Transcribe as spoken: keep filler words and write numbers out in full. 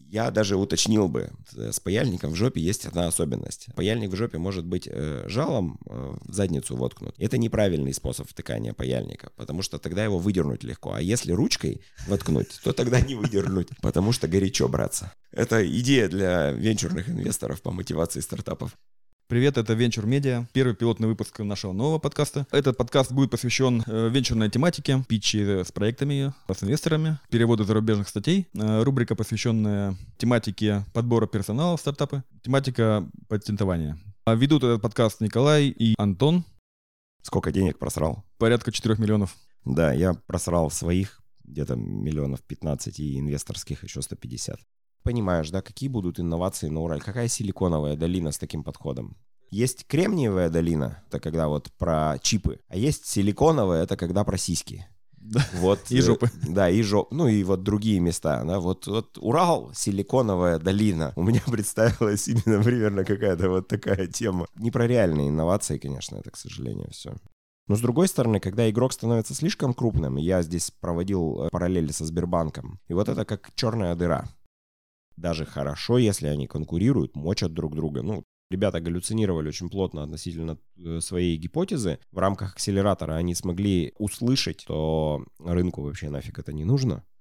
Я даже уточнил бы, с паяльником в жопе есть одна особенность. Паяльник в жопе может быть э, жалом э, в задницу воткнут. Это неправильный способ втыкания паяльника, потому что тогда его выдернуть легко. А если ручкой воткнуть, то тогда не выдернуть, потому что горячо, братцы. Это идея для венчурных инвесторов по мотивации стартапов. Привет, это Venture Media, первый пилотный выпуск нашего нового подкаста. Этот подкаст будет посвящен э, венчурной тематике, питчи с проектами, с инвесторами, переводу зарубежных статей, э, рубрика, посвященная тематике подбора персонала в стартапы, тематика патентования. Ведут этот подкаст Николай и Антон. Сколько денег просрал? Порядка четырех миллионов. Да, я просрал своих где-то миллионов пятнадцать и инвесторских еще сто пятьдесят. Понимаешь, да, какие будут инновации на Урале? Какая силиконовая долина с таким подходом? Есть кремниевая долина, это когда вот про чипы, а есть силиконовая, это когда про сиськи. Да. Вот, и жопы. Да, и жоп, ну и вот другие места. Да, вот, вот Урал, силиконовая долина. У меня представилась именно примерно какая-то вот такая тема. Не про реальные инновации, конечно, это, к сожалению, все. Но с другой стороны, когда игрок становится слишком крупным, я здесь проводил параллели со Сбербанком, и вот это как черная дыра. Даже хорошо, если они конкурируют, мочат друг друга. Ну, ребята галлюцинировали очень плотно относительно своей гипотезы. В рамках акселератора они смогли услышать, что рынку вообще нафиг это не нужно.